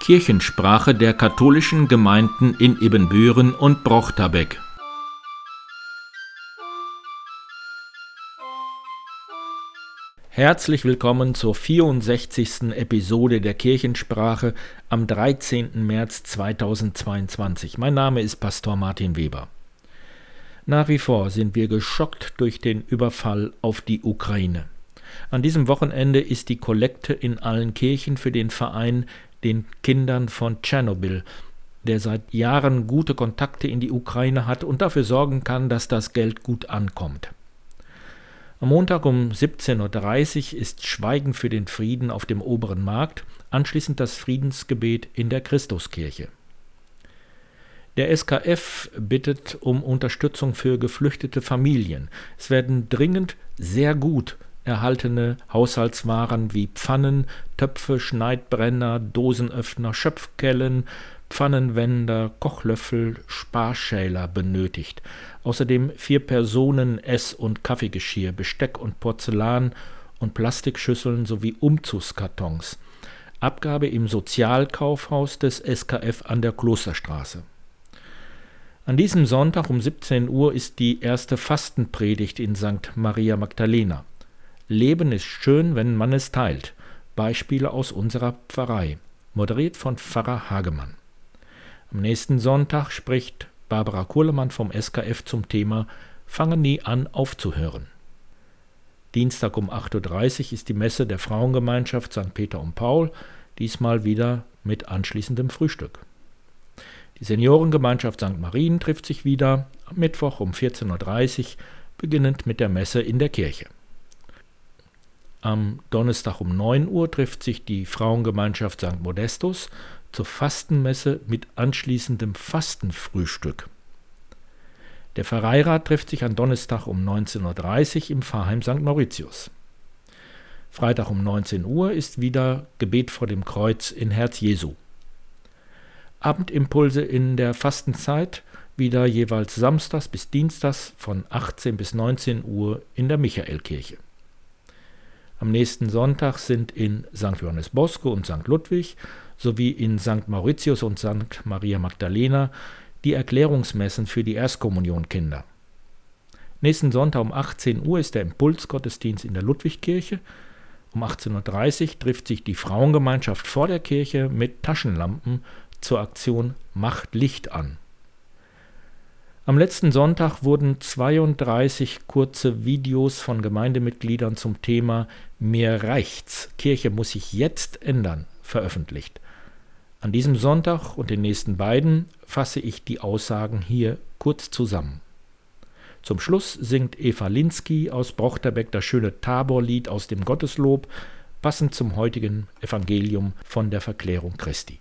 Kirchensprache der katholischen Gemeinden in Ibbenbüren und Brochterbeck. Herzlich willkommen zur 64. Episode der Kirchensprache am 13. März 2022. Mein Name ist Pastor Martin Weber. Nach wie vor sind wir geschockt durch den Überfall auf die Ukraine. An diesem Wochenende ist die Kollekte in allen Kirchen für den Verein den Kindern von Tschernobyl, der seit Jahren gute Kontakte in die Ukraine hat und dafür sorgen kann, dass das Geld gut ankommt. Am Montag um 17.30 Uhr ist Schweigen für den Frieden auf dem Oberen Markt, anschließend das Friedensgebet in der Christuskirche. Der SKF bittet um Unterstützung für geflüchtete Familien. Es werden dringend sehr gut erhaltene Haushaltswaren wie Pfannen, Töpfe, Schneidbrenner, Dosenöffner, Schöpfkellen, Pfannenwender, Kochlöffel, Sparschäler benötigt. Außerdem 4 Personen Ess- und Kaffeegeschirr, Besteck und Porzellan und Plastikschüsseln sowie Umzugskartons. Abgabe im Sozialkaufhaus des SKF an der Klosterstraße. An diesem Sonntag um 17 Uhr ist die erste Fastenpredigt in St. Maria Magdalena. Leben ist schön, wenn man es teilt. Beispiele aus unserer Pfarrei. Moderiert von Pfarrer Hagemann. Am nächsten Sonntag spricht Barbara Kurlemann vom SKF zum Thema »Fangen nie an aufzuhören«. Dienstag um 8.30 Uhr ist die Messe der Frauengemeinschaft St. Peter und Paul, diesmal wieder mit anschließendem Frühstück. Die Seniorengemeinschaft St. Marien trifft sich wieder am Mittwoch um 14.30 Uhr, beginnend mit der Messe in der Kirche. Am Donnerstag um 9 Uhr trifft sich die Frauengemeinschaft St. Modestus zur Fastenmesse mit anschließendem Fastenfrühstück. Der Pfarreirat trifft sich am Donnerstag um 19.30 Uhr im Pfarrheim St. Mauritius. Freitag um 19 Uhr ist wieder Gebet vor dem Kreuz in Herz Jesu. Abendimpulse in der Fastenzeit wieder jeweils samstags bis dienstags von 18 bis 19 Uhr in der Michaelkirche. Am nächsten Sonntag sind in St. Johannes Bosco und St. Ludwig sowie in St. Mauritius und St. Maria Magdalena die Erklärungsmessen für die Erstkommunionkinder. Nächsten Sonntag um 18 Uhr ist der Impulsgottesdienst in der Ludwigkirche. Um 18.30 Uhr trifft sich die Frauengemeinschaft vor der Kirche mit Taschenlampen zur Aktion Macht Licht an. Am letzten Sonntag wurden 32 kurze Videos von Gemeindemitgliedern zum Thema Mir reicht's, Kirche muss sich jetzt ändern, veröffentlicht. An diesem Sonntag und den nächsten beiden fasse ich die Aussagen hier kurz zusammen. Zum Schluss singt Eva Linsky aus Brochterbeck das schöne Taborlied aus dem Gotteslob, passend zum heutigen Evangelium von der Verklärung Christi.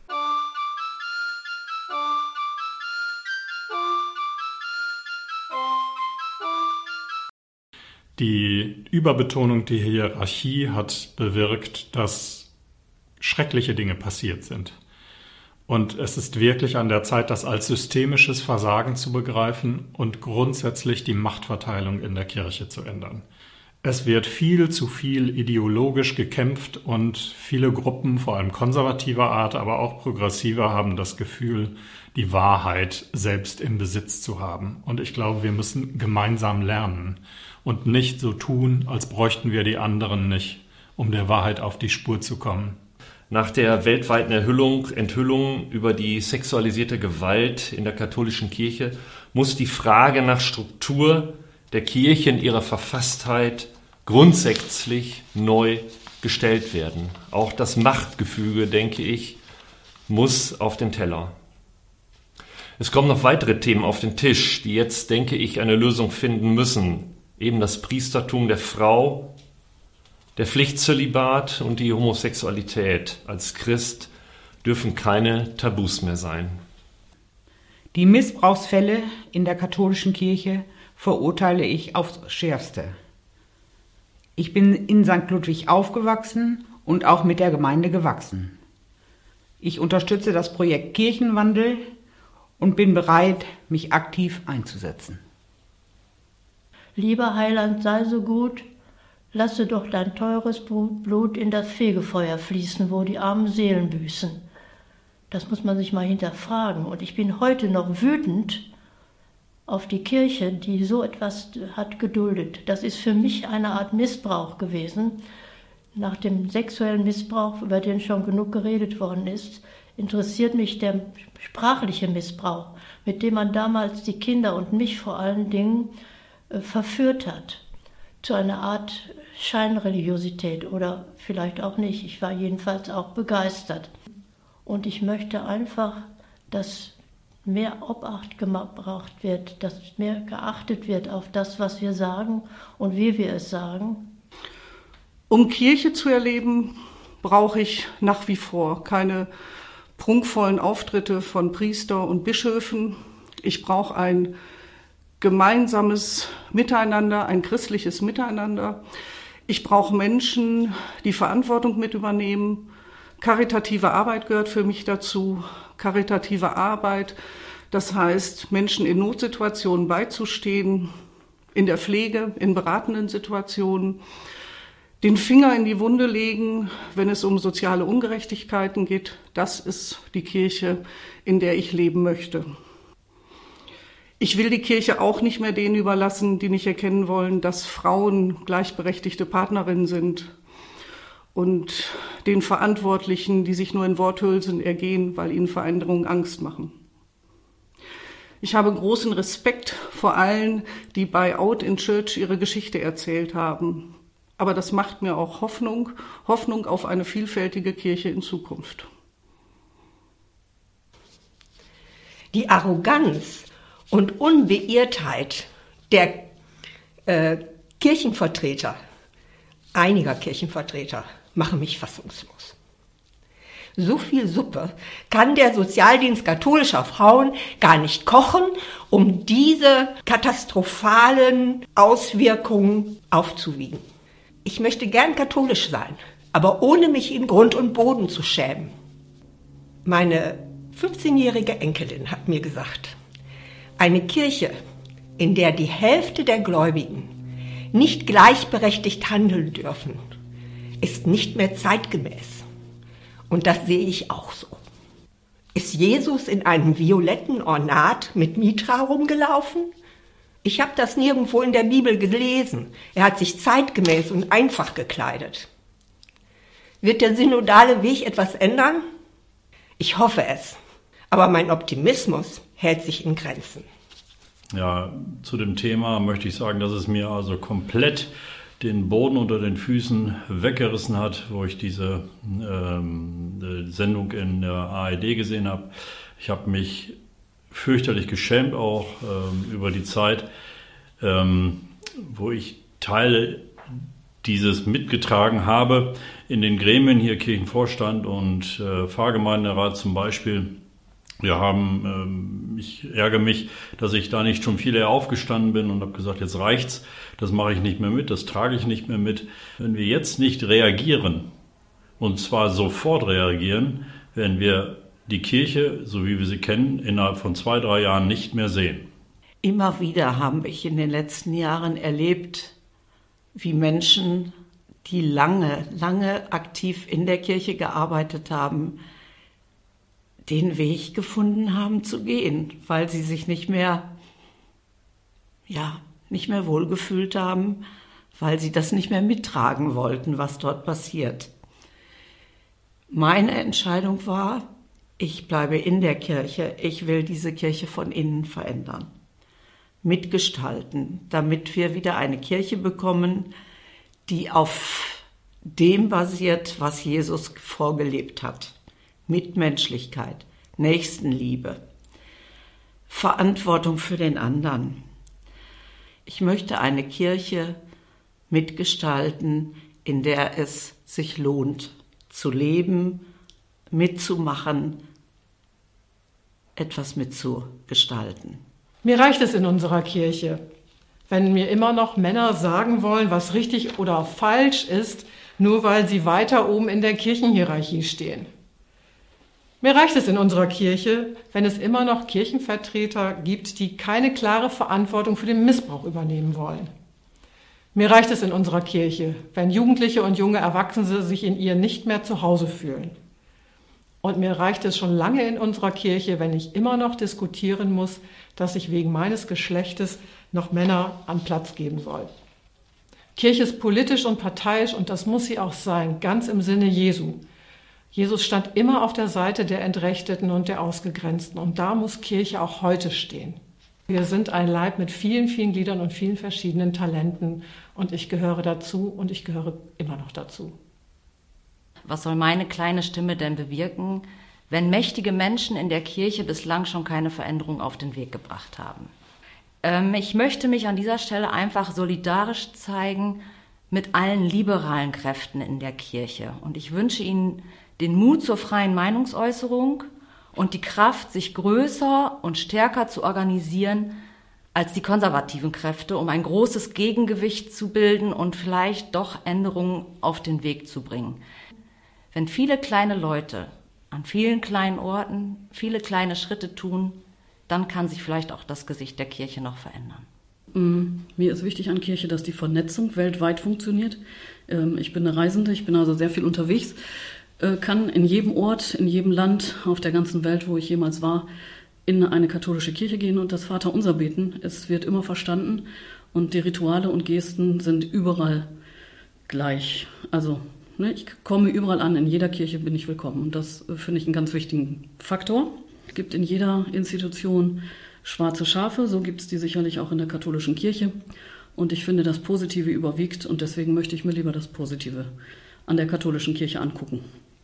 Die Überbetonung der Hierarchie hat bewirkt, dass schreckliche Dinge passiert sind. Und es ist wirklich an der Zeit, das als systemisches Versagen zu begreifen und grundsätzlich die Machtverteilung in der Kirche zu ändern. Es wird viel zu viel ideologisch gekämpft und viele Gruppen, vor allem konservativer Art, aber auch progressiver, haben das Gefühl, die Wahrheit selbst im Besitz zu haben. Und ich glaube, wir müssen gemeinsam lernen und nicht so tun, als bräuchten wir die anderen nicht, um der Wahrheit auf die Spur zu kommen. Nach der weltweiten Enthüllung über die sexualisierte Gewalt in der katholischen Kirche muss die Frage nach Struktur der Kirche in ihrer Verfasstheit grundsätzlich neu gestellt werden. Auch das Machtgefüge, denke ich, muss auf den Teller. Es kommen noch weitere Themen auf den Tisch, die jetzt, denke ich, eine Lösung finden müssen. Eben das Priestertum der Frau, der Pflichtzölibat und die Homosexualität als Christ dürfen keine Tabus mehr sein. Die Missbrauchsfälle in der katholischen Kirche verurteile ich aufs Schärfste. Ich bin in St. Ludwig aufgewachsen und auch mit der Gemeinde gewachsen. Ich unterstütze das Projekt Kirchenwandel und bin bereit, mich aktiv einzusetzen. Lieber Heiland, sei so gut, lasse doch dein teures Blut in das Fegefeuer fließen, wo die armen Seelen büßen. Das muss man sich mal hinterfragen. Und ich bin heute noch wütend auf die Kirche, die so etwas hat geduldet. Das ist für mich eine Art Missbrauch gewesen. Nach dem sexuellen Missbrauch, über den schon genug geredet worden ist, interessiert mich der sprachliche Missbrauch, mit dem man damals die Kinder und mich vor allen Dingen verführt hat. Zu einer Art Scheinreligiosität oder vielleicht auch nicht. Ich war jedenfalls auch begeistert. Und ich möchte einfach, dass mehr Obacht gebraucht wird, dass mehr geachtet wird auf das, was wir sagen und wie wir es sagen. Um Kirche zu erleben, brauche ich nach wie vor keine prunkvollen Auftritte von Priester und Bischöfen. Ich brauche ein gemeinsames Miteinander, ein christliches Miteinander. Ich brauche Menschen, die Verantwortung mit übernehmen. Karitative Arbeit gehört für mich dazu. Karitative Arbeit, das heißt, Menschen in Notsituationen beizustehen, in der Pflege, in beratenden Situationen, den Finger in die Wunde legen, wenn es um soziale Ungerechtigkeiten geht. Das ist die Kirche, in der ich leben möchte. Ich will die Kirche auch nicht mehr denen überlassen, die nicht erkennen wollen, dass Frauen gleichberechtigte Partnerinnen sind, und den Verantwortlichen, die sich nur in Worthülsen ergehen, weil ihnen Veränderungen Angst machen. Ich habe großen Respekt vor allen, die bei Out in Church ihre Geschichte erzählt haben. Aber das macht mir auch Hoffnung auf eine vielfältige Kirche in Zukunft. Die Arroganz und Unbeirrtheit der Kirchenvertreter, einiger Kirchenvertreter, machen mich fassungslos. So viel Suppe kann der Sozialdienst katholischer Frauen gar nicht kochen, um diese katastrophalen Auswirkungen aufzuwiegen. Ich möchte gern katholisch sein, aber ohne mich in Grund und Boden zu schämen. Meine 15-jährige Enkelin hat mir gesagt, eine Kirche, in der die Hälfte der Gläubigen nicht gleichberechtigt handeln dürfen, ist nicht mehr zeitgemäß. Und das sehe ich auch so. Ist Jesus in einem violetten Ornat mit Mitra rumgelaufen? Ich habe das nirgendwo in der Bibel gelesen. Er hat sich zeitgemäß und einfach gekleidet. Wird der synodale Weg etwas ändern? Ich hoffe es. Aber mein Optimismus hält sich in Grenzen. Ja, zu dem Thema möchte ich sagen, dass es mir also komplett den Boden unter den Füßen weggerissen hat, wo ich diese Sendung in der ARD gesehen habe. Ich habe mich fürchterlich geschämt auch über die Zeit, wo ich Teile dieses mitgetragen habe in den Gremien hier, Kirchenvorstand und Pfarrgemeinderat zum Beispiel. Ich ärgere mich, dass ich da nicht schon viel eher aufgestanden bin und habe gesagt, jetzt reicht's, das mache ich nicht mehr mit, das trage ich nicht mehr mit. Wenn wir jetzt nicht reagieren, und zwar sofort reagieren, werden wir die Kirche, so wie wir sie kennen, innerhalb von 2-3 Jahren nicht mehr sehen. Immer wieder habe ich in den letzten Jahren erlebt, wie Menschen, die lange aktiv in der Kirche gearbeitet haben, den Weg gefunden haben zu gehen, weil sie sich nicht mehr wohlgefühlt haben, weil sie das nicht mehr mittragen wollten, was dort passiert. Meine Entscheidung war, ich bleibe in der Kirche, ich will diese Kirche von innen verändern, mitgestalten, damit wir wieder eine Kirche bekommen, die auf dem basiert, was Jesus vorgelebt hat. Mitmenschlichkeit, Nächstenliebe, Verantwortung für den anderen. Ich möchte eine Kirche mitgestalten, in der es sich lohnt, zu leben, mitzumachen, etwas mitzugestalten. Mir reicht es in unserer Kirche, wenn mir immer noch Männer sagen wollen, was richtig oder falsch ist, nur weil sie weiter oben in der Kirchenhierarchie stehen. Mir reicht es in unserer Kirche, wenn es immer noch Kirchenvertreter gibt, die keine klare Verantwortung für den Missbrauch übernehmen wollen. Mir reicht es in unserer Kirche, wenn Jugendliche und junge Erwachsene sich in ihr nicht mehr zu Hause fühlen. Und mir reicht es schon lange in unserer Kirche, wenn ich immer noch diskutieren muss, dass ich wegen meines Geschlechtes noch Männer an Platz geben soll. Kirche ist politisch und parteiisch und das muss sie auch sein, ganz im Sinne Jesu. Jesus stand immer auf der Seite der Entrechteten und der Ausgegrenzten und da muss Kirche auch heute stehen. Wir sind ein Leib mit vielen, vielen Gliedern und vielen verschiedenen Talenten und ich gehöre dazu und ich gehöre immer noch dazu. Was soll meine kleine Stimme denn bewirken, wenn mächtige Menschen in der Kirche bislang schon keine Veränderung auf den Weg gebracht haben? Ich möchte mich an dieser Stelle einfach solidarisch zeigen mit allen liberalen Kräften in der Kirche. Und ich wünsche Ihnen den Mut zur freien Meinungsäußerung und die Kraft, sich größer und stärker zu organisieren als die konservativen Kräfte, um ein großes Gegengewicht zu bilden und vielleicht doch Änderungen auf den Weg zu bringen. Wenn viele kleine Leute an vielen kleinen Orten viele kleine Schritte tun, dann kann sich vielleicht auch das Gesicht der Kirche noch verändern. Mir ist wichtig an Kirche, dass die Vernetzung weltweit funktioniert. Ich bin eine Reisende, ich bin also sehr viel unterwegs, kann in jedem Ort, in jedem Land auf der ganzen Welt, wo ich jemals war, in eine katholische Kirche gehen und das Vaterunser beten. Es wird immer verstanden und die Rituale und Gesten sind überall gleich. Also ich komme überall an, in jeder Kirche bin ich willkommen und das finde ich einen ganz wichtigen Faktor. Es gibt in jeder Institution schwarze Schafe, so gibt es die sicherlich auch in der katholischen Kirche. Und ich finde, das Positive überwiegt und deswegen möchte ich mir lieber das Positive an der katholischen Kirche angucken.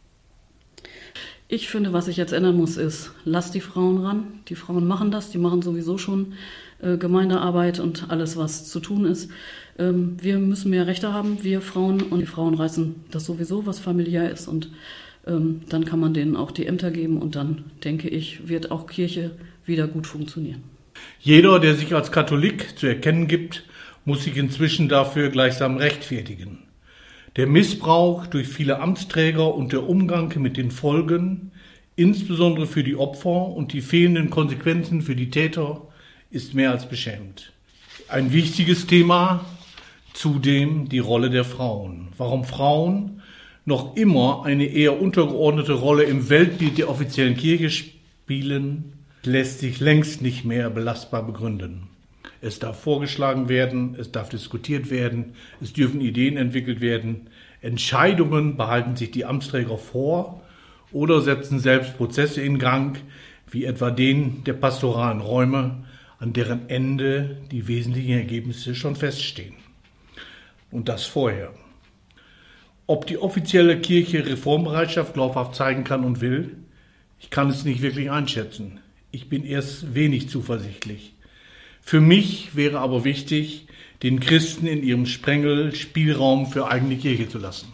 Ich finde, was sich jetzt ändern muss, ist, lass die Frauen ran. Die Frauen machen das, die machen sowieso schon Gemeindearbeit und alles, was zu tun ist. Wir müssen mehr Rechte haben, wir Frauen, und die Frauen reißen das sowieso, was familiär ist und dann kann man denen auch die Ämter geben und dann, denke ich, wird auch Kirche wieder gut funktionieren. Jeder, der sich als Katholik zu erkennen gibt, muss sich inzwischen dafür gleichsam rechtfertigen. Der Missbrauch durch viele Amtsträger und der Umgang mit den Folgen, insbesondere für die Opfer und die fehlenden Konsequenzen für die Täter, ist mehr als beschämend. Ein wichtiges Thema, zudem die Rolle der Frauen. Warum Frauen noch immer eine eher untergeordnete Rolle im Weltbild der offiziellen Kirche spielen, lässt sich längst nicht mehr belastbar begründen. Es darf vorgeschlagen werden, es darf diskutiert werden, es dürfen Ideen entwickelt werden. Entscheidungen behalten sich die Amtsträger vor oder setzen selbst Prozesse in Gang, wie etwa den der pastoralen Räume, an deren Ende die wesentlichen Ergebnisse schon feststehen. Und das vorher. Ob die offizielle Kirche Reformbereitschaft glaubhaft zeigen kann und will, ich kann es nicht wirklich einschätzen. Ich bin erst wenig zuversichtlich. Für mich wäre aber wichtig, den Christen in ihrem Sprengel Spielraum für eigene Kirche zu lassen.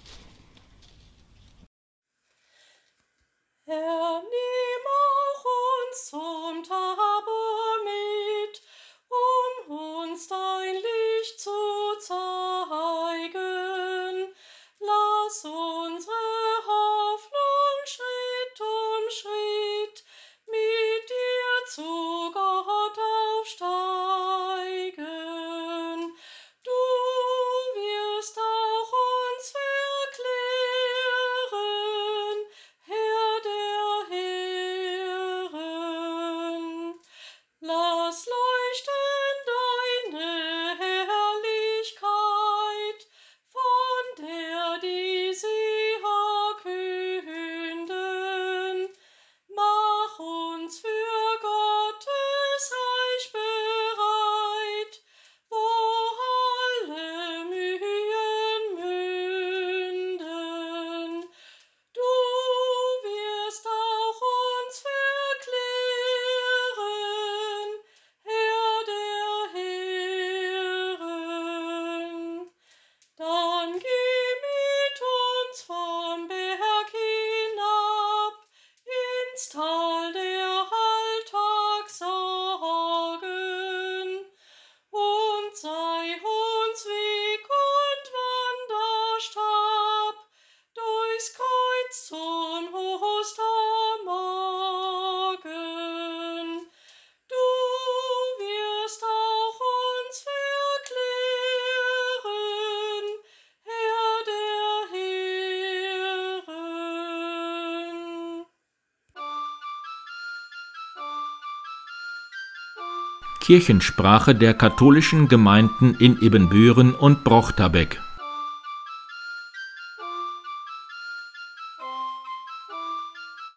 Herr, nimm auch uns zum Tabor mit, um uns dein Licht zu zeigen. Lass unsere Hoffnung Schritt um Schritt mit dir zu Gott aufsteigen. Du wirst auch uns Kirchensprache der katholischen Gemeinden in Ibbenbüren und Brochterbeck.